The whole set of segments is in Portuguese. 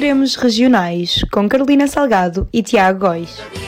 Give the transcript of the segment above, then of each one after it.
Extremos Regionais, com Carolina Salgado e Tiago Góis.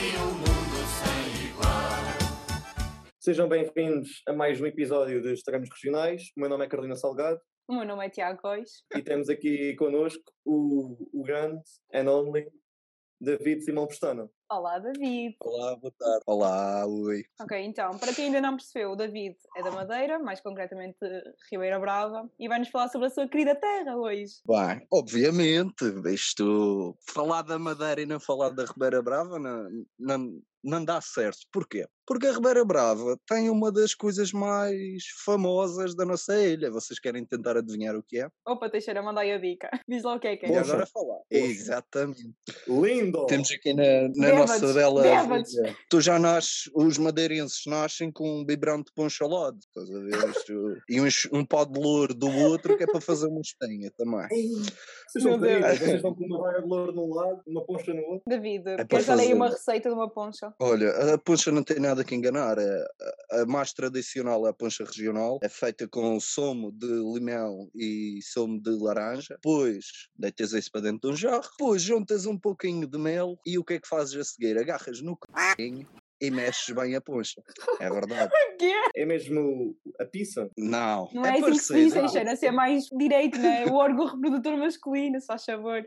Sejam bem-vindos a mais um episódio de Extremos Regionais. O meu nome é Carolina Salgado. O meu nome é Tiago Góis. E temos aqui connosco o grande and only David Simão Pestana. Olá, David. Olá, boa tarde. Olá, oi. Ok, então, para quem ainda não percebeu, o David é da Madeira, mais concretamente Ribeira Brava, e vai-nos falar sobre a sua querida terra hoje. Bem, obviamente, isto, falar da Madeira e não falar da Ribeira Brava não dá certo. Porquê? Porque a Ribeira Brava tem uma das coisas mais famosas da nossa ilha. Vocês querem tentar adivinhar o que é? Opa, Teixeira, manda aí a dica. Diz lá o que é que é. E agora falar. Exatamente. Lindo! Temos aqui na nossa bela ilha. Tu já nasces, os madeirenses nascem com um biberão de ponchalado, estás a ver? E um pó de louro do outro que é para fazer uma espenha também. Vocês são terríveis, vocês estão com uma vaga de louro num lado, uma poncha no outro. David, queres dar aí uma receita de uma poncha? Olha, a poncha não tem nada que enganar. A mais tradicional é a poncha regional. É feita com sumo de limão e sumo de laranja. Depois deitas isso para dentro de um jarro. Depois juntas um pouquinho de mel e o que é que fazes a seguir? Agarras no c***inho e mexes bem a poncha. É verdade. O quê? É mesmo a pizza? Não. Não é assim que se diz, Teixeira, a ser mais direito, não é? O órgão reprodutor masculino, se faz favor.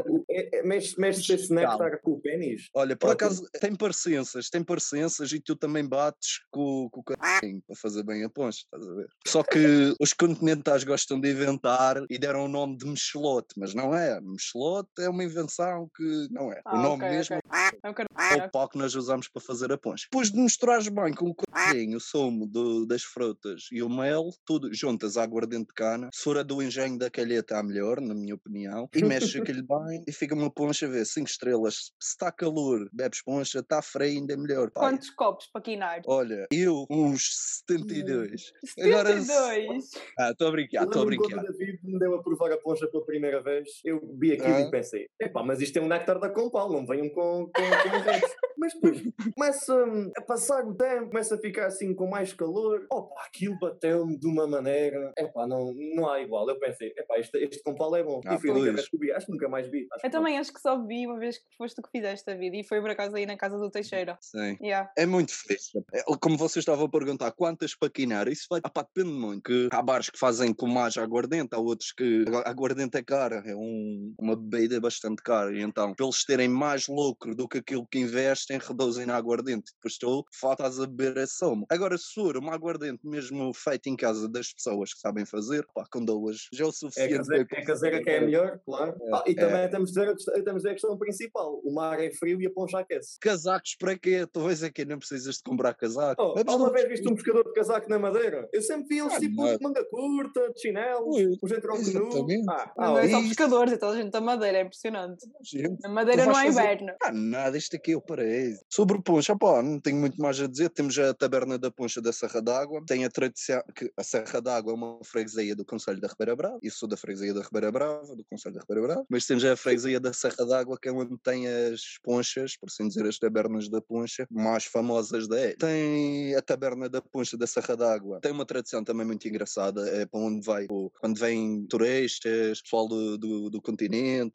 Mexe esse néctar com o pênis? Olha, por acaso tem parecenças e tu também bates com o c***inho para fazer bem a poncha, estás a ver? Só que os continentais gostam de inventar e deram o nome de mexelote, mas não é. Mexelote é uma invenção que não é. O nome mesmo é o pau que nós usamos para fazer a poncha. Depois de misturares bem com o c***inho, o sumo das frutas e o mel, tudo juntas à aguardente de cana. Se for a do engenho da calheta, a melhor, na minha opinião. E mexes aquele bem e fica uma poncha, vê, 5 estrelas. Se está calor, bebes poncha, está frio, ainda é melhor. Pai. Quantos copos para quinar? Olha, eu uns 72. 72? Estou a brincar, estou a brincar. Quando o David me deu a provar a poncha pela primeira vez, eu vi aquilo e pensei, mas isto é um néctar da Compal, não venham com o resto. Mas depois começa a passar o tempo, começa a ficar assim com mais calor. Aquilo bateu-me de uma maneira. Não há igual. Eu pensei, este Compal é bom. E fui a única vez que vi, acho que nunca mais vi. Eu também acho que só vi uma vez que foste tu que fizeste a vida e foi por acaso aí na casa do Teixeira. Sim. Yeah. É muito fixe. Como vocês estavam a perguntar, quantas para quinar? Isso vai, depende muito. Que há bares que fazem com mais aguardente, há outros que a aguardente é cara, é uma bebida bastante cara. E então, para eles terem mais lucro do que aquilo que investem, reduzem na aguardente. Depois tu faltas a beber a soma. Agora, se for uma aguardente mesmo feita em casa das pessoas que sabem fazer, com duas, já é o suficiente. É caseira que é melhor, claro. E também temos de dizer a questão principal. O mar é frio e a poncha aquece. Casacos para quê? Tu vais aqui, não precisas de comprar casaco. Alguma vez viste um pescador de casaco na Madeira? Eu sempre vi eles tipo de manga curta, de chinelos, os entrões nu. Não é só pescadores, é toda a gente da Madeira, é impressionante. Na Madeira não há inverno. Nada, isto aqui é o paraíso. Sobre poncha, não tenho muito mais a dizer. Temos a Taberna da Poncha da Serra d'Água. Tem a tradição que a Serra d'Água é uma freguesia do Concelho da Ribeira Brava. Eu sou da freguesia da Ribeira Brava, do Concelho da Ribeira Brava. Mas temos a freguesia da Serra d'Água, que é onde tem as ponchas, por assim dizer, as tabernas da poncha mais famosas da ilha. Tem a Taberna da Poncha da Serra d'Água. Tem uma tradição também muito engraçada. É para onde vai, quando vêm turistas, pessoal do continente.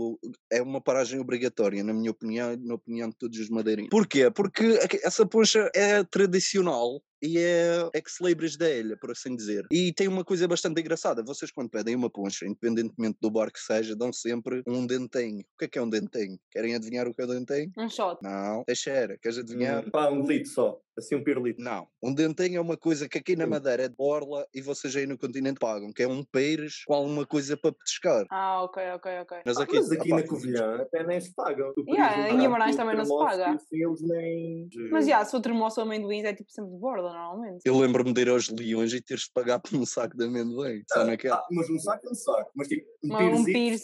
É uma paragem obrigatória, na minha opinião e na opinião de todos os madeirenses. Porquê? Porque essa poncha é tradicional e é ex-libris da ilha, por assim dizer. E tem uma coisa bastante engraçada. Vocês, quando pedem uma poncha, independentemente do bar que seja, dão sempre um dentinho. O que é um dentinho? Querem adivinhar o que é o dentinho? Um shot. Não. Teixeira, queres adivinhar? Um litro só. Assim um pirulito. Não. Um dentinho é uma coisa que aqui na Madeira é de borla e vocês aí no continente pagam, que é um pires com alguma coisa para petiscar. Ok. Mas aqui na Covilhã até nem se pagam. Em Guimarães também não se paga. Eles nem... Mas se o termoço ou amendoins é tipo sempre de borda, normalmente. Eu lembro-me de ir aos Leões e teres de pagar por um saco de amendoim. Mas um saco é um saco. Mas tipo, um pires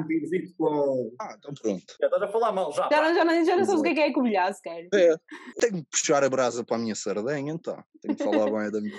com... Então pronto. Já estás a falar mal, já. Já não sabes o que é covilhar, sequer. Tenho que puxar a brasa para a minha sardenha, então. Tenho que falar bem da minha...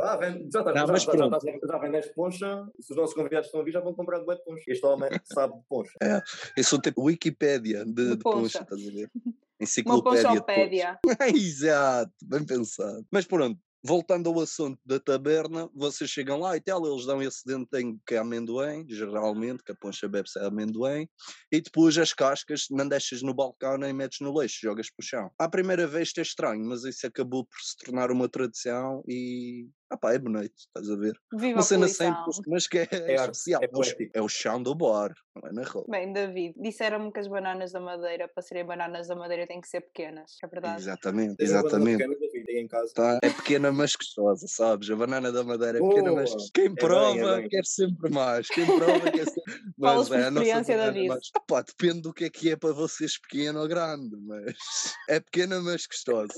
Já vendeste poncha. Se os nossos convidados estão a vir, já vão comprar de leite de poncha. Este homem sabe de poncha. Eu sou tipo Wikipédia de poncha, estás a ver? Enciclopédia. Uma ponchopédia. Exato, bem pensado. Mas pronto, voltando ao assunto da taberna, vocês chegam lá e tal, eles dão esse dentinho que é amendoim, geralmente, que a poncha bebe-se é amendoim, e depois as cascas não deixas no balcão nem metes no lixo, jogas para o chão. À primeira vez é estranho, mas isso acabou por se tornar uma tradição e... é bonito, estás a ver? Viva Uma a cena poluição. simples, mas que é arte, especial. é poético. É o chão do bar, não é na rua. Bem, David, disseram-me que as bananas da Madeira, para serem bananas da Madeira, têm que ser pequenas. É verdade? Exatamente, Tem uma banana exatamente. pequena, David, aí em casa. Tá? É pequena mas gostosa, sabes? A banana da Madeira é pequena mas Boa! quem prova bem. quer sempre mais. Quem prova quer sempre... Falas por a nossa experiência, banana David. mais... depende do que é para vocês pequeno ou grande, mas é pequena mas gostosa.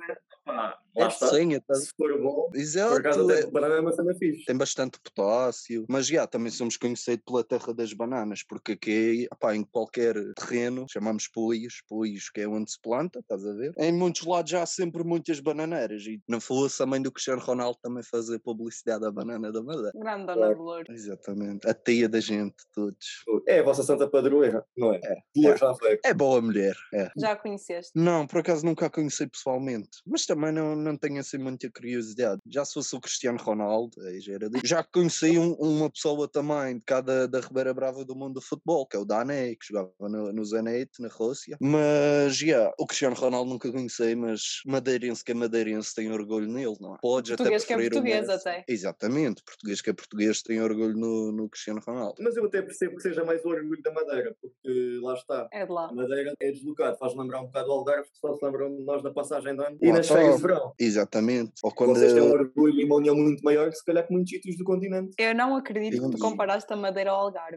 Lá É está. sim, Se for bom, por exato. acaso até banana é uma cena fixe. Tem bastante potássio, mas também somos conhecidos pela terra das bananas, porque aqui, em qualquer terreno, chamamos poios, que é onde se planta, estás a ver? Em muitos lados há sempre muitas bananeiras, e não falou-se também do Cristiano Ronaldo também fazer publicidade à banana da Madeira. Grande Dona de Lourdes. Exatamente, a tia da gente, todos. É a vossa santa padroeira, não é? Duas já foi. É boa mulher, é. Já a conheceste? Não, por acaso nunca a conheci pessoalmente, mas também não tenho assim muita curiosidade. Já se fosse o Cristiano Ronaldo, aí já conheci uma pessoa também de cá da Ribeira Brava do mundo do futebol, que é o Daney, que jogava no Zenit, na Rússia. Mas, o Cristiano Ronaldo nunca conheci, mas madeirense que é madeirense tem orgulho nele, não é? Podes Português até que é preferir português o Messi. até. Exatamente, português que é português tem orgulho no Cristiano Ronaldo. Mas eu até percebo que seja mais o orgulho da Madeira, porque lá está. É de lá. A Madeira é deslocado, faz lembrar um bocado o Algarve, que só se lembram de nós na passagem de ano Lá e nas está. férias de verão. Exatamente. Ou quando... Vocês têm um orgulho e uma união muito maior, se calhar, que muitos sítios do continente. Eu não acredito que tu comparaste a Madeira ao Algarve.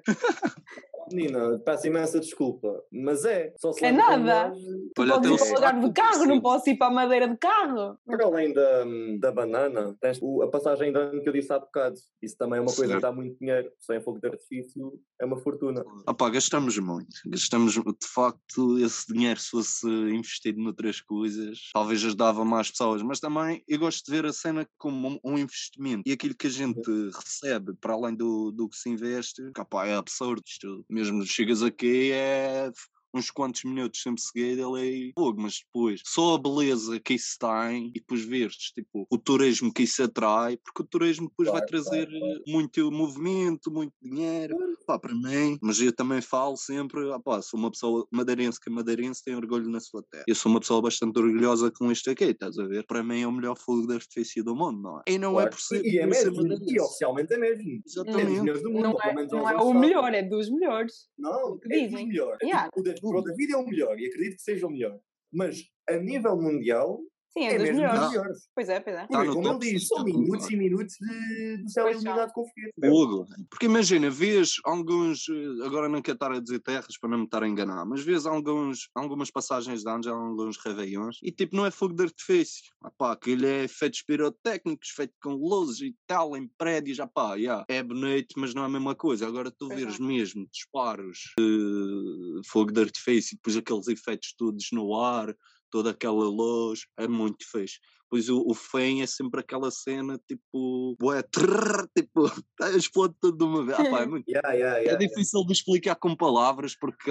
Menina, peço imensa desculpa, mas só se É lembram de nada. nós. Tu podes ir para o Algarve de carro, não posso ir para a Madeira de carro. Para além da banana, tens a passagem de ano que eu disse há bocado. Isso também é uma coisa que dá muito dinheiro. Sem fogo de artifício é uma fortuna. Gastamos muito. Gastamos, de facto, esse dinheiro se fosse investido noutras coisas, talvez ajudava mais pessoas. Mas também eu gosto de ver a cena como um investimento. E aquilo que a gente recebe, para além do que se investe, é absurdo. Isto, mesmo chegas aqui, é... uns quantos minutos sempre seguido ele é fogo, mas depois só a beleza que isso tem e depois veres tipo, o turismo que isso atrai, porque o turismo depois vai trazer muito movimento, muito dinheiro, para mim, mas eu também falo sempre, sou uma pessoa madeirense que madeirense tem orgulho na sua terra, eu sou uma pessoa bastante orgulhosa com isto aqui, estás a ver? Para mim é o melhor fogo de artifício do mundo, não é? E não é por ser, e é mesmo, madeirense. e oficialmente é mesmo. Exatamente. É dos melhores do mundo, não é o melhor, é dos melhores. Não, que é dos melhores. O David é o melhor e acredito que seja o melhor. Mas a nível mundial, sim, é dos mesmo melhores. dos melhores. Pois é. Porque, como ele diz, são minutos e minutos do céu iluminado com fogo. Porque imagina, vês alguns, agora não quero estar a dizer terras para não me estar a enganar, mas vês algumas passagens de anos, alguns réveillons, e tipo, não é fogo de artifício. Aquilo é feitos pirotécnicos, feito com luzes e tal, em prédios, é bonito, mas não é a mesma coisa. Agora tu vês mesmo disparos de fogo de artifício, depois aqueles efeitos todos no ar, toda aquela luz, é muito fixe. Pois o fim é sempre aquela cena tipo, tipo, explode tudo de uma vez. É muito é difícil de explicar com palavras porque,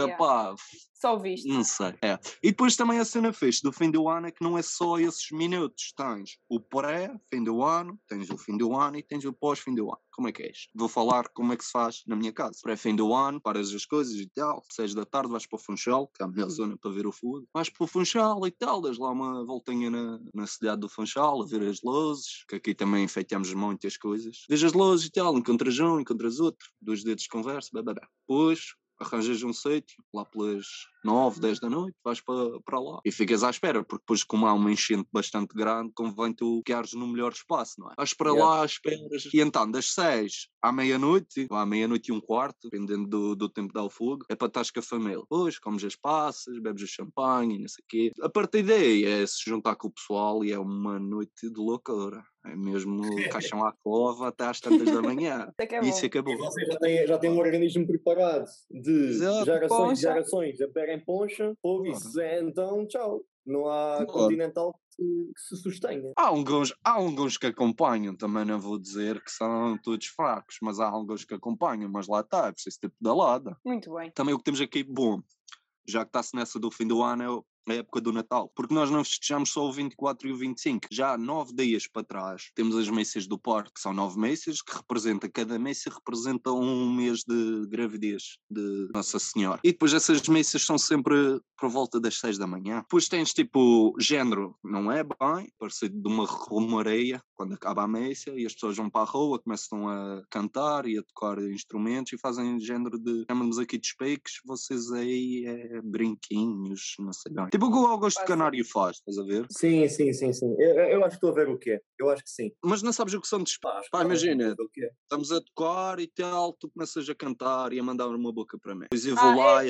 só viste. Não sei. E depois também a cena fixe do fim do ano é que não é só esses minutos. Tens o pré-fim do ano, tens o fim do ano e tens o pós-fim do ano. Como é que é isto? Vou falar como é que se faz na minha casa. Pré-fim do ano, paras as coisas e tal. 6 da tarde vais para o Funchal, que é a melhor zona para ver o fogo. Vais para o Funchal e tal, dás lá uma voltinha na cidade do Funchal, a ver as luzes, que aqui também enfeitamos muitas coisas. Vês as luzes e tal, encontras um, encontras outro, 2 dedos de conversa, depois arranjas um sítio, lá pelas 9, 10 da noite, vais para lá e ficas à espera, porque depois como há uma enchente bastante grande, convém tu ficares no melhor espaço, não é? Vais para lá, esperas, e então das 6 à meia-noite, ou à meia-noite e um quarto, dependendo do tempo de dar o fogo, é para estar com a família. Depois comes as passas, bebes o champanhe, não sei o quê. A partir daí é se juntar com o pessoal e é uma noite de loucura. É mesmo caixão à cova até às tantas da manhã. Isso acabou. E você já tem um organismo preparado de gerações e gerações a beberem poncha, ou isso é então tchau. Não há continental que se sustenha. Há alguns que acompanham, também não vou dizer que são todos fracos, mas há alguns que acompanham, mas lá está, é preciso ter pedalada. Muito bem. Também o que temos aqui, bom, já que está-se nessa do fim do ano, a época do Natal, porque nós não festejamos só o 24 e o 25. Já há 9 dias para trás temos as missas do Porto, que são 9 missas, que representa, cada missa representa um mês de gravidez de Nossa Senhora. E depois essas missas são sempre por volta das 6 da manhã. Depois tens tipo, género, não é bem, parecido de uma romareia, quando acaba a missa, e as pessoas vão para a rua, começam a cantar e a tocar instrumentos e fazem género de, chamamos aqui de speaks, vocês aí é brinquinhos, não sei bem. Tipo o que o Augusto Canário faz, estás a ver? Sim. Eu acho que estou a ver o quê? Eu acho que sim. Mas não sabes o que são de speaks. Pá, imagina, estamos a tocar e tal, tu começas a cantar e a mandar uma boca para mim. Depois eu vou lá e...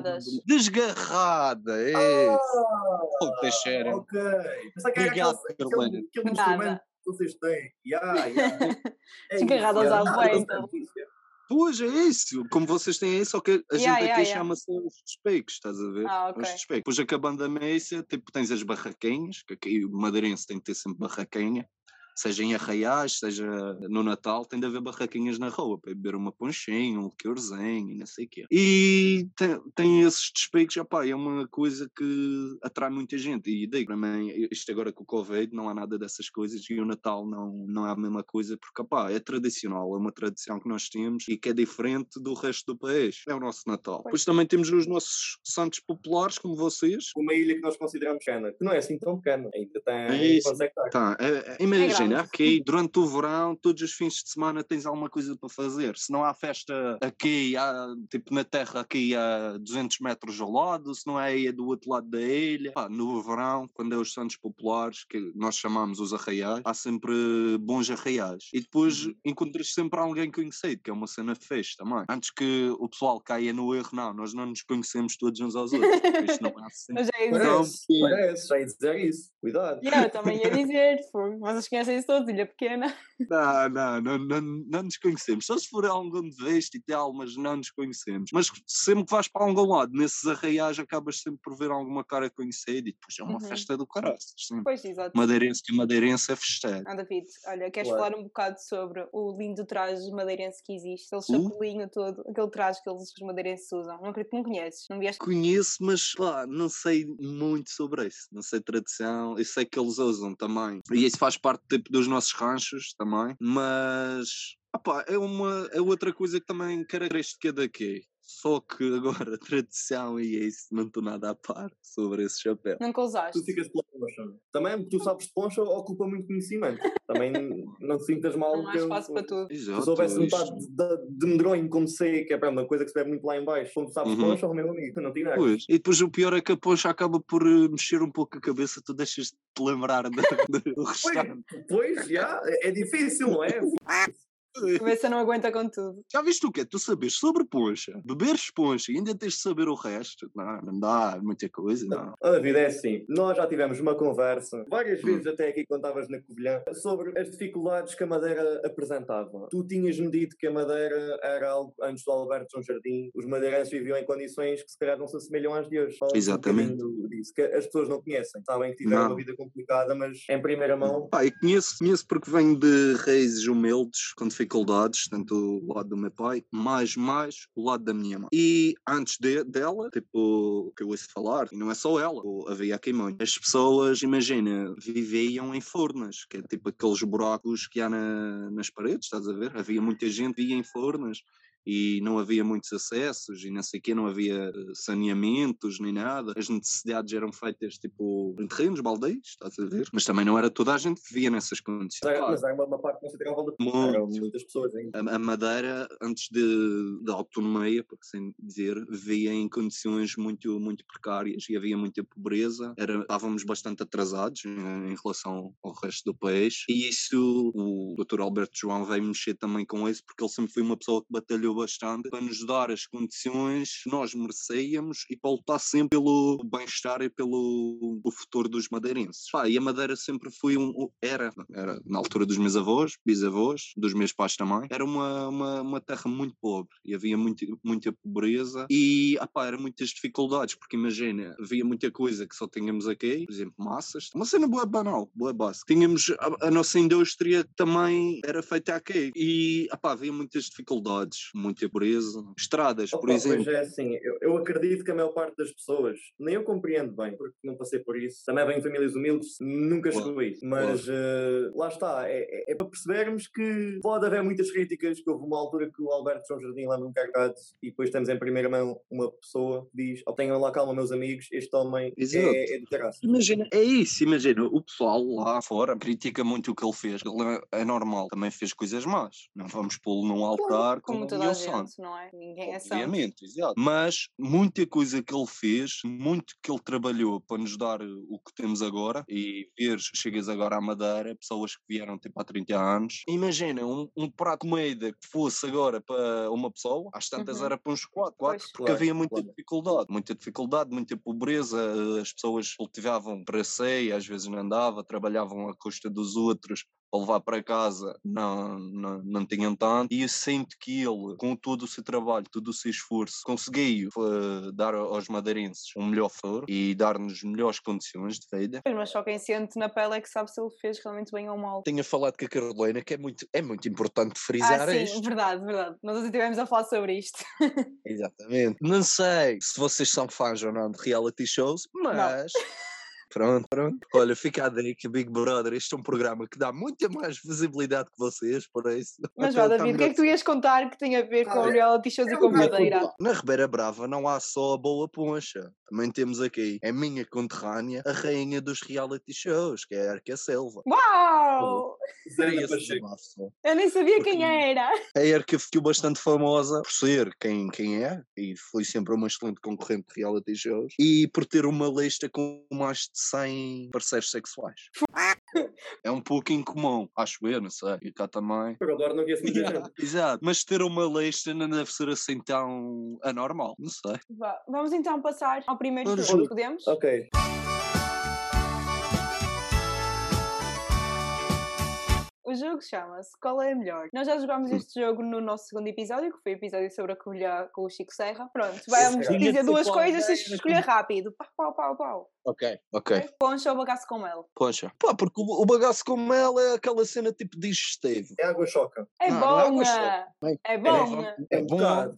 Desgarrada, é isso. Ok. Pensava que era aquele instrumento que vocês têm. Desgarradas à volta. Pois é isso, como vocês têm isso, só que a gente aqui chama-se os despegos, estás a ver? Okay. Os despegos. Depois acabando a missa, tipo, tens as barraquinhas, que aqui o madeirense tem que ter sempre barraquinha, seja em Arraiais, seja no Natal, tem de haver barraquinhas na rua para beber uma ponchinha, um liquorzinho e não sei o quê. E tem esses despegos, opá, é uma coisa que atrai muita gente. E digo, para mim, isto agora com o Covid, não há nada dessas coisas e o Natal não é a mesma coisa, porque, opá, é tradicional, é uma tradição que nós temos e que é diferente do resto do país. É o nosso Natal. Depois também temos os nossos santos populares, como vocês. Uma ilha que nós consideramos pequena, que não é assim tão pequena, ainda tem imagina, aqui durante o verão, todos os fins de semana tens alguma coisa para fazer. Se não há festa aqui, tipo na terra aqui a 200 metros ao lado, se não é aí do outro lado da ilha. Pá, no verão, quando é os santos populares, que nós chamamos os arraiais, há sempre bons arraiais. E depois encontras sempre alguém conhecido, que é uma cena fixe também. Antes que o pessoal caia no erro, nós não nos conhecemos todos uns aos outros. Isto não é assim. Parece, já ia dizer isso. Cuidado. Eu também ia dizer, vocês conhecem isso todos, ilha pequena. Não nos conhecemos. Só se for algum de veste e tal, mas não nos conhecemos. Mas sempre que vais para algum lado, nesses arraiais, acabas sempre por ver alguma cara conhecida e depois é uma festa do caraças. Pois, exato. Madeirense é festeiro. David, olha, queres falar um bocado sobre o lindo traje madeirense que existe? Aquele chapelinho todo, aquele traje que os madeirenses usam. Não acredito que não conheces, não vieste? Conheço, mas pá, não sei muito sobre isso. Não sei tradição. Eu sei que eles usam também. E isso faz parte tipo, dos nossos ranchos também. Mas é outra coisa que também característica daqui. Só que agora a tradição e isso não estou nada a par sobre esse chapéu. Nunca usaste? Tu ficas pela poncha. Também, tu sabes de poncha, ocupa muito conhecimento. Também não te sintas mal. Não há espaço para tudo. Se eu soubesse metade de medronho, como sei, que é uma coisa que se bebe muito lá em baixo, como tu sabes de poncha, o meu amigo, não te negas. E depois o pior é que a poncha acaba por mexer um pouco a cabeça, tu deixas de te lembrar do restante. Pois, já, é difícil, não é? A cabeça não aguenta com tudo. Já viste o quê? Tu sabes sobre poncha, beberes poncha e ainda tens de saber o resto. Não dá muita coisa, não. A vida é assim. Nós já tivemos uma conversa, várias vezes até aqui quando estavas na Covilhã, sobre as dificuldades que a Madeira apresentava. Tu tinhas-me dito que a Madeira era algo, antes do Alberto João Jardim, os madeirenses viviam em condições que se calhar não se assemelham às de hoje. Exatamente. Disso, que as pessoas não conhecem. Sabem que tiveram uma vida complicada, mas em primeira mão... Eu conheço porque venho de raízes humildes, com dificuldades, tanto o lado do meu pai, mais o lado da minha mãe. E antes dela, tipo, que eu ouço falar, e não é só ela, havia aqui muito. As pessoas, imagina, viviam em fornas, que é tipo aqueles buracos que há nas paredes, estás a ver? Havia muita gente que vivia em fornas. E não havia muitos acessos e não sei o quê, não havia saneamentos nem nada. As necessidades eram feitas tipo em terrenos baldios, estás a ver? Mas também não era toda a gente que vivia nessas condições. Mas há uma parte considerável de muitas pessoas ainda. A Madeira, antes da autonomia, por assim dizer, vivia em condições muito, muito precárias e havia muita pobreza. Estávamos bastante atrasados em relação ao resto do país. E isso, o Dr. Alberto João veio mexer também com isso, porque ele sempre foi uma pessoa que batalhou bastante para nos dar as condições que nós merecíamos e para lutar sempre pelo bem-estar e pelo futuro dos madeirenses. E a Madeira sempre foi era na altura dos meus avós, bisavós, dos meus pais também, era uma terra muito pobre e havia muita pobreza e eram muitas dificuldades, porque imagina, havia muita coisa que só tínhamos aqui, por exemplo, massas, uma cena boa banal, boa básica. Tínhamos a nossa indústria que também era feita aqui e havia muitas dificuldades muita pobreza. Estradas, por Opa, exemplo. pois é assim, eu acredito que a maior parte das pessoas, nem eu compreendo bem, porque não passei por isso, também vem em famílias humildes, nunca chegou a isso, mas lá está, é para percebermos que pode haver muitas críticas, que houve uma altura que o Alberto João Jardim leva um cartaz e depois temos em primeira mão uma pessoa que diz, tenham lá calma meus amigos, este homem é de terraça. Imagina, é isso, imagina, o pessoal lá fora critica muito o que ele fez, ele é normal, também fez coisas más, não vamos pô-lo num altar como como toda a santo. gente, não é? Ninguém é santo. Obviamente, exato. Mas muita coisa que ele fez, muito que ele trabalhou para nos dar o que temos agora, e chegas agora à Madeira, pessoas que vieram tipo há 30 anos, imagina um prato de comida que fosse agora para uma pessoa, às tantas era para uns quatro, porque havia muita dificuldade, muita pobreza, as pessoas cultivavam para si, às vezes não andava, trabalhavam à custa dos outros, para levar para casa não tinham tanto, e eu sinto que ele, com todo o seu trabalho, todo o seu esforço, conseguiu dar aos madeirenses um melhor futuro e dar-nos melhores condições de vida. Mas só quem sente na pele é que sabe se ele fez realmente bem ou mal. Tenho falado com a Carolina que é muito importante frisar isto. Sim, verdade. Nós assim estivemos a falar sobre isto. Exatamente. Não sei se vocês são fãs ou não de reality shows, mas... Pronto. Olha, fica a dica, Big Brother, este é um programa que dá muita mais visibilidade que vocês, por isso. Mas vá, David, o que é que tu ias contar que tem a ver com reality shows e com Madeira? Na Ribeira Brava não há só a boa Poncha. Também temos aqui a minha conterrânea, a rainha dos reality shows, que é a Arca Selva. Uau! Eu nem sabia quem era. A Arca ficou bastante famosa por ser quem é, e foi sempre uma excelente concorrente de reality shows, e por ter uma lista com mais de 100 parceiros sexuais. É um pouco incomum, acho eu, não sei. E cá também. Eu agora não conheço muita gente. Exato, mas ter uma lista não deve ser assim tão anormal, não sei. Vamos então passar ao primeiro jogo, podemos? Ok. O jogo chama-se Qual é a Melhor? Nós já jogámos este jogo no nosso segundo episódio, que foi o episódio sobre a Covilhã com o Chico Serra. Pronto, vamos dizer duas coisas, tens de escolher rápido. Pau. Ok. Poncha ou bagaço com mel? Poncha. Pá, porque o bagaço com mel é aquela cena tipo digestivo. É água choca. É bom! É bom! É bom.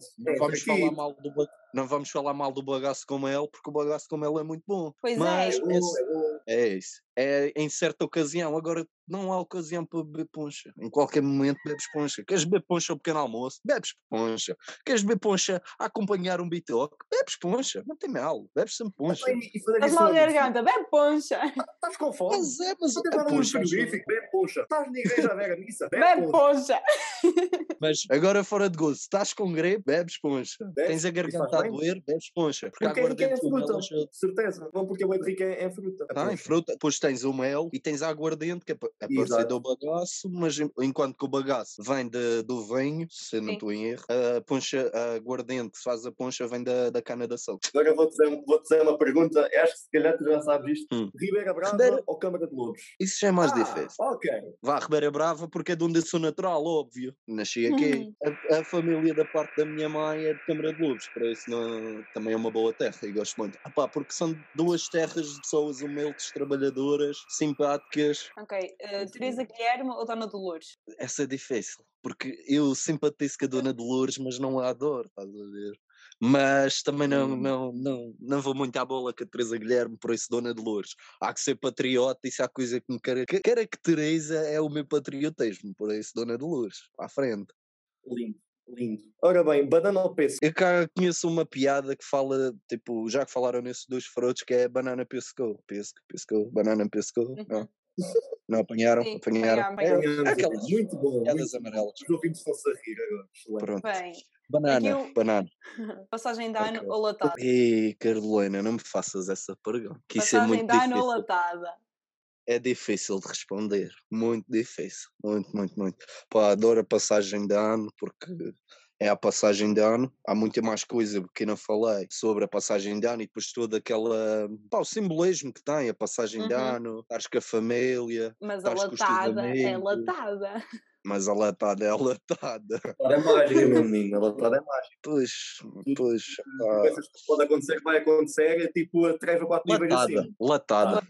Não vamos falar mal do bagaço com mel, porque o bagaço com mel é muito bom. Pois mas é. É isso. É em certa ocasião. Agora não há ocasião para beber poncha. Em qualquer momento bebes poncha. Queres beber poncha ao pequeno almoço? Bebes poncha. Queres beber poncha a acompanhar um bitoque? Bebes poncha. Não tem mal. Bebes sempre poncha. Estás mal de garganta. Bebe poncha. Estás com fome? Mas é poncha. Bebe poncha. Estás na igreja a ver a missa? Bebe poncha. Mas agora fora de gozo, estás com gripe, bebes poncha. Tens a garganta a doer, bebes poncha. Porque a rica é fruta, certeza. Não porque a rica é fruta. Em fruta. Depois tens o mel e tens a aguardente, que é parecido do bagaço, mas enquanto que o bagaço vem do vinho, se não estou em erro, a aguardente que faz a poncha vem da cana de açúcar. Agora vou-te dizer uma pergunta, acho que se calhar tu já sabes isto. Ribeira Brava ou Câmara de Lobos? Isso já é mais difícil. Ok. Vá, Ribeira Brava, porque é de onde eu sou natural, óbvio. Nasci aqui. A família da parte da minha mãe é de Câmara de Lobos, para isso também é uma boa terra e gosto muito. Porque são duas terras de pessoas humildes, trabalhadoras, simpáticas. Ok, Teresa Guilherme ou Dona Dolores? Essa é difícil, porque eu simpatizo com a Dona Dolores, mas não a adoro, estás a ver? Mas também não vou muito à bola com a Teresa Guilherme, por isso Dona Dolores. Há que ser patriota, isso é a coisa que me caracteriza, é o meu patriotismo, por isso Dona Dolores, à frente. Lindo. Ora bem, banana ou pêssego? Eu cá conheço uma piada que fala, tipo, já que falaram nesses dois frutos, que é banana pescou. Pescou, banana pescou, não? Não apanharam? Sim, apanharam. Aquelas muito bom. Piadas amarelas. Os ouvintes estão-se a rir agora. Pronto. Bem, Banana. Passagem de ano ou latada? Ei, Carolina, não me faças essa pergunta. Que isso é Passagem muito de ano difícil. ou latada? É difícil de responder. Muito difícil. Muito. Pá, adoro a passagem de ano, porque é a passagem de ano. Há muita mais coisa que eu não falei sobre a passagem de ano e depois todo o simbolismo que tem a passagem de ano, estares com a família, mas a latada é latada. Mas a latada é latada. A latada é mágica, meu menino. A latada é mágica. Pois. Pensas que pode acontecer, que vai acontecer, é tipo a 3 ou 4 níveis acima. Latada.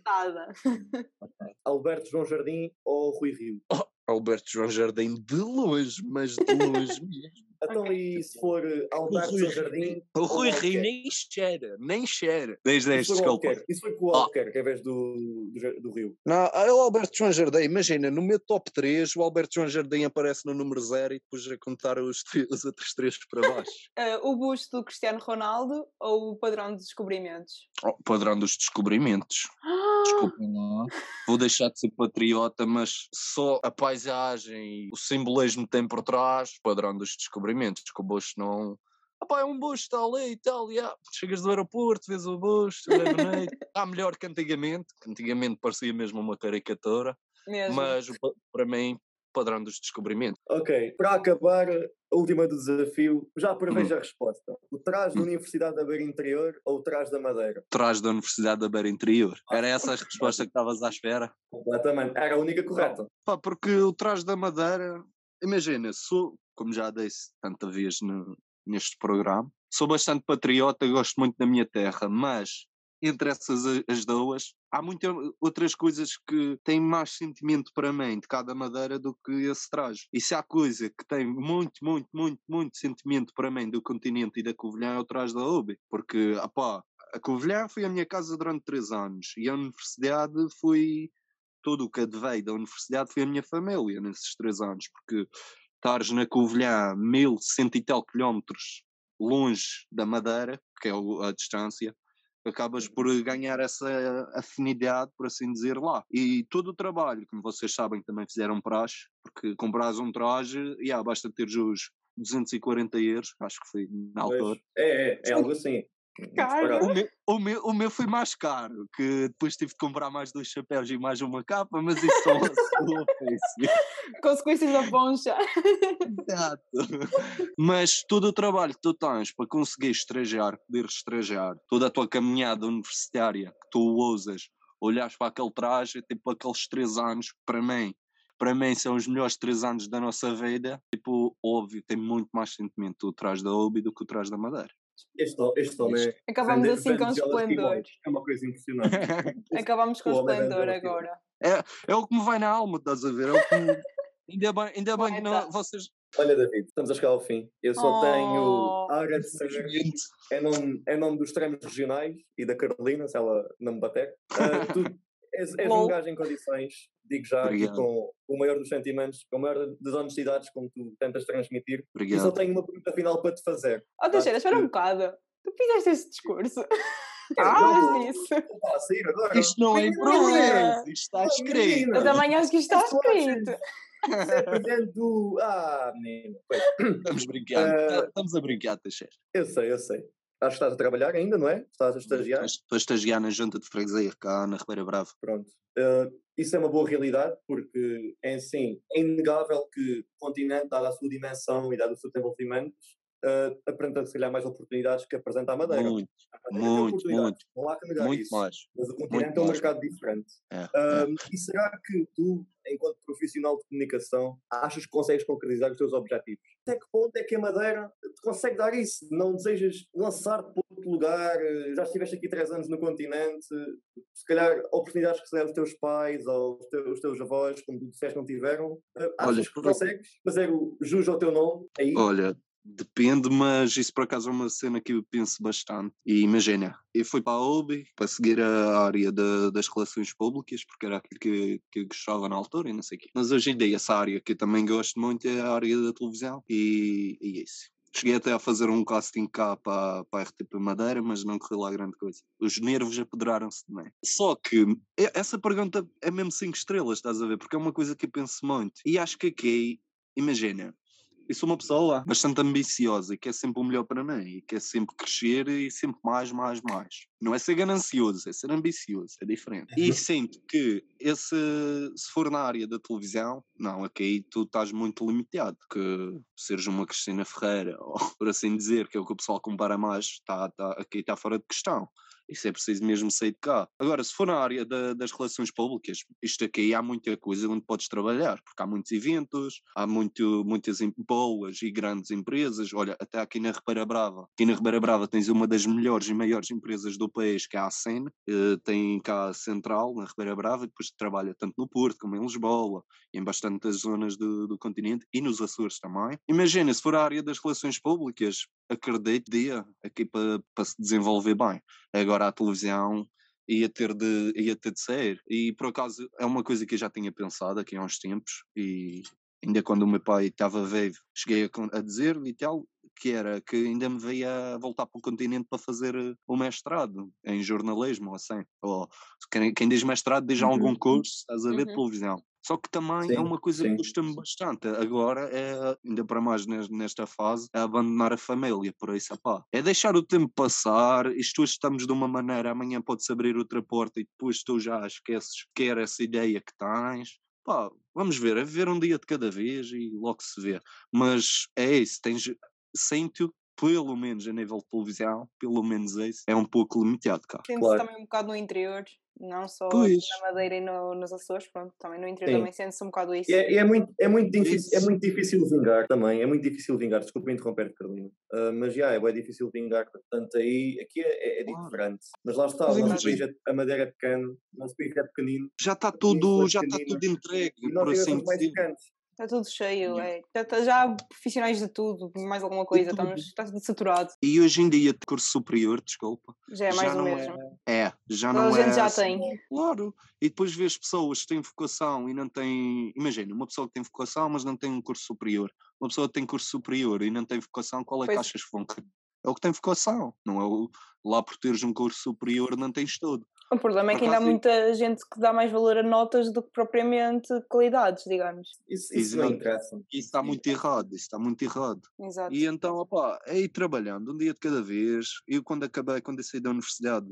Alberto João Jardim ou Rui Rio? Alberto João Jardim de longe, mas de longe mesmo. Então, e se for Alberto São Jardim? O Rui ou Rio Albuquerque? nem cheira. Desde E se este, for o desculpa. Albuquerque? E se for com o Albuquerque, em vez do Rio? Não, o Alberto João Jardim, imagina, no meu top 3, o Alberto João Jardim aparece no número 0 e depois a contar os outros 3 para baixo. O busto do Cristiano Ronaldo ou o padrão de descobrimentos? Padrão dos descobrimentos. Desculpem lá. Vou deixar de ser patriota, mas só a paisagem e o simbolismo que tem por trás, padrão dos descobrimentos, que o busto não... é um busto, está ali e tal, chegas do aeroporto, vês o busto, é bonito. Está melhor que antigamente parecia mesmo uma caricatura, Mesmo. mas para mim, padrão dos descobrimentos. Ok, para acabar, a última do desafio, já prevejo a resposta. O trás da Universidade da Beira Interior ou o trás da Madeira? Trás da Universidade da Beira Interior. Era essa a resposta que estavas à espera? Completamente, era a única correta. Porque o trás da Madeira, imagina, como já disse tanta vez neste programa, sou bastante patriota, gosto muito da minha terra, mas entre essas as duas, há muitas outras coisas que têm mais sentimento para mim de cada Madeira do que esse traje. E se há coisa que tem muito, muito, muito, muito sentimento para mim do continente e da Covilhã é o traje da UB, porque, a Covilhã foi a minha casa durante 3 anos e a universidade foi... Tudo o que adveio da universidade foi a minha família nesses 3 anos, porque estares na Covilhã 1100 e tal quilómetros longe da Madeira, que é a distância, acabas por ganhar essa afinidade, por assim dizer, lá. E todo o trabalho, como vocês sabem, também fizeram praxe, porque compras um traje, basta ter os 240 euros, acho que foi na altura. É algo assim. Caro. O meu foi mais caro, que depois tive de comprar mais 2 chapéus e mais uma capa, mas isso são ofício. Consequências da poncha. Exato. Mas todo o trabalho que tu tens para conseguir poderes estagiar, toda a tua caminhada universitária que tu usas, olhares para aquele traje, tipo aqueles 3 anos, para mim são os melhores 3 anos da nossa vida. Tipo, óbvio, tem muito mais sentimento o traje da UBI do que o traje da Madeira. Este homem Acabamos assim com vende esplendor. É uma coisa impressionante. Acabamos com esplendor agora. É o que me vai na alma, estás a ver? É o que me... Ainda bem que não, vocês... Olha, David, estamos a chegar ao fim. Eu só tenho a agradecer em nome dos treinos regionais e da Carolina, se ela não me bater. Tu és um gajo em condições, digo já aqui com o maior dos sentimentos, com a maior das honestidades, como tu tentas transmitir. Obrigado. E só tenho uma pergunta final para te fazer. Teixeira, espera um bocado. Tu fizeste esse discurso. Nisso. Isto não é improviso, isto está escrito. Eu também acho que isto está escrito. Presidente do... menino. Estamos a brincar, Teixeira. Eu sei. Acho que estás a trabalhar ainda, não é? Estás a estagiar? Estou a estagiar na junta de freguesia, cá na Ribeira Brava. Pronto. Isso é uma boa realidade, porque é inegável que o continente, dada a sua dimensão e dado o seu desenvolvimento, apresenta se calhar mais oportunidades que apresenta a Madeira. Muito. Não há que negar muito isso. Mais. Mas o continente é um mercado diferente. E será que tu, enquanto profissional de comunicação, achas que consegues concretizar os teus objetivos? Até que ponto é que a Madeira te consegue dar isso? Não desejas lançar-te para outro lugar? Já estiveste aqui 3 anos no continente, se calhar oportunidades que se deram os teus pais ou os teus avós, como tu disseste, não tiveram. Achas que consegues fazer o jus ao teu nome aí? Olha, depende, mas isso por acaso é uma cena que eu penso bastante. E imagina, eu fui para a UBI para seguir a área das relações públicas, porque era aquilo que eu gostava na altura e não sei o quê. Mas hoje em dia essa área que eu também gosto muito é a área da televisão e é isso. Cheguei até a fazer um casting cá para a RTP Madeira, mas não correu lá grande coisa. Os nervos apoderaram-se de mim. Só que essa pergunta é mesmo 5 estrelas, estás a ver? Porque é uma coisa que eu penso muito. E acho que aqui, imagina, eu sou uma pessoa bastante ambiciosa e quer sempre o melhor para mim, e quer sempre crescer e sempre mais. Não é ser ganancioso, é ser ambicioso, é diferente. E sinto que se for na área da televisão, não, aqui tu estás muito limitado, que seres uma Cristina Ferreira, ou por assim dizer, que é o que o pessoal compara mais, aqui está fora de questão. isso é preciso mesmo sair de cá. Agora, se for na área das relações públicas, isto aqui há muita coisa onde podes trabalhar, porque há muitos eventos, há muitas boas e grandes empresas. Olha, até aqui na Ribeira Brava. Aqui na Ribeira Brava tens uma das melhores e maiores empresas do país, que é a ACEN, tem cá a central na Ribeira Brava, e depois trabalha tanto no Porto como em Lisboa, e em bastantes zonas do continente, e nos Açores também. Imagina, se for a área das relações públicas, acredito aqui para se desenvolver bem. Agora a televisão ia ter de sair. E por acaso é uma coisa que eu já tinha pensado aqui há uns tempos, e ainda quando o meu pai estava vivo, cheguei a dizer-lhe e tal, que era que ainda me veio a voltar para o continente para fazer o mestrado em jornalismo, ou assim. Ou quem diz mestrado diz algum curso, estás a ver, de televisão. Só que também é uma coisa que custa-me bastante. Agora, ainda para mais nesta fase, é abandonar a família. Por isso, é deixar o tempo passar. Isto hoje estamos de uma maneira, amanhã pode-se abrir outra porta e depois tu já esqueces que era essa ideia que tens. Vamos ver, é viver um dia de cada vez e logo se vê. Mas é isso, sente-o, pelo menos a nível de televisão, pelo menos isso, é um pouco limitado cá. Sente-se também um bocado no interior, não só na Madeira e nos Açores, pronto, também no interior também sente-se um bocado isso. É muito difícil vingar também, é muito difícil vingar, desculpa interromper, Carolina, mas é bem difícil vingar, portanto aqui é diferente, mas lá está, o nosso país a Madeira é pequeno, o nosso país é pequenino. Já está tudo entregue, por assim dizer. Está tudo cheio, já há profissionais de tudo, mais alguma coisa, está tudo saturado. E hoje em dia, curso superior, desculpa. Já é mais do mesmo. Já não é. A gente já tem. Claro. E depois vês pessoas que têm vocação e não têm. Imagina, uma pessoa que tem vocação, mas não tem um curso superior. Uma pessoa que tem curso superior e não tem vocação, qual é que achas que vão? É o que tem vocação, não é lá por teres um curso superior, não tens tudo. O problema é que ainda há muita gente que dá mais valor a notas do que propriamente qualidades, digamos. Isso não interessa. Isso está muito errado. Exato. E então, é ir trabalhando um dia de cada vez. Eu quando eu saí da universidade,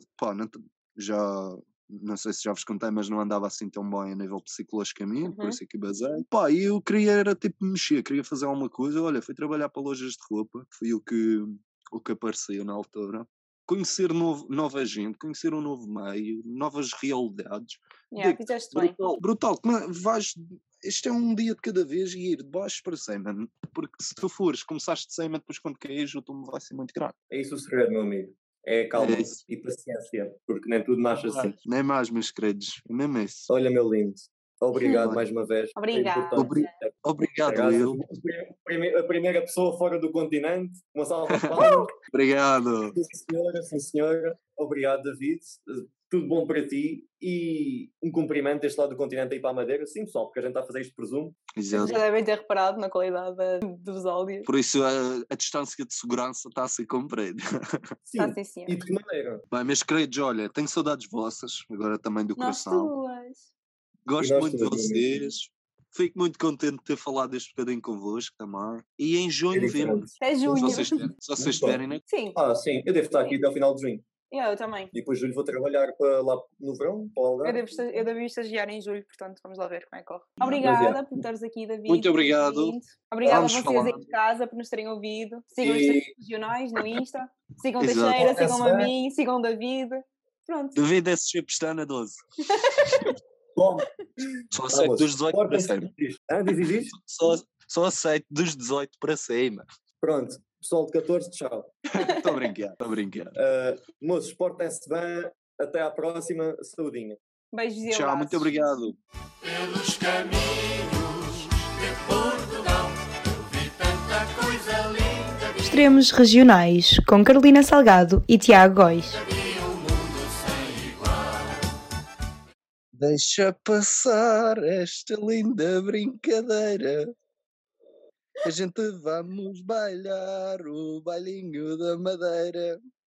não sei se já vos contei, mas não andava assim tão bem a nível psicologicamente, por isso é que basei. E eu queria mexer, queria fazer alguma coisa. Olha, fui trabalhar para lojas de roupa, foi o que apareceu na altura. Conhecer nova gente, conhecer um novo meio, novas realidades. Fizeste bem. Brutal. Isto é um dia de cada vez e ir de baixo para cima. Porque se tu começaste de cima, depois quando caís, o túmulo vai ser muito grande. É isso o segredo, meu amigo. É calma e paciência, porque nem tudo nasce assim. Nem mais, meus queridos. É mesmo isso. Olha, meu lindo. Obrigado mais uma vez. Obrigado, Will. A primeira pessoa fora do continente. Uma salva de palmas. Obrigado. Sim, senhora. Obrigado, David. Tudo bom para ti. E um cumprimento deste lado do continente aí para a Madeira. Sim, pessoal, porque a gente está a fazer isto, presumo. Já devem ter reparado na qualidade dos áudios. Por isso a distância de segurança está a ser cumprida. Sim, e de que maneira? Bem, meus queridos, olha, tenho saudades vossas, agora também do coração. Tuas. Gosto muito de vocês. Fico muito contente de ter falado este bocadinho convosco também. E em junho vemos. É junho. Se vocês estiverem, né? Sim. Sim. Eu devo estar aqui até o final de junho. Eu também. E depois de julho vou trabalhar para lá no verão, para o Algarve. Eu devo estagiar em julho, portanto vamos lá ver como é que corre. Obrigada por estares aqui, David. Muito obrigado. Obrigada a vocês aí de casa por nos terem ouvido. Sigam os regionais no Insta. Sigam Teixeira, sigam a mim, sigam o David. Pronto. David é sempre está na 12. Bom, só aceito dos 18 para cima. Diz? Só aceito dos 18 para cima. Pronto, pessoal de 14, tchau. Estou a brincar. Moços, portem-se bem. Até à próxima. Saudinha. Beijos e abraços. Tchau, muito obrigado. Pelos caminhos de Portugal, eu vi tanta coisa linda. Extremos Regionais, com Carolina Salgado e Tiago Góis. Deixa passar esta linda brincadeira. A gente vamos bailar o bailinho da Madeira.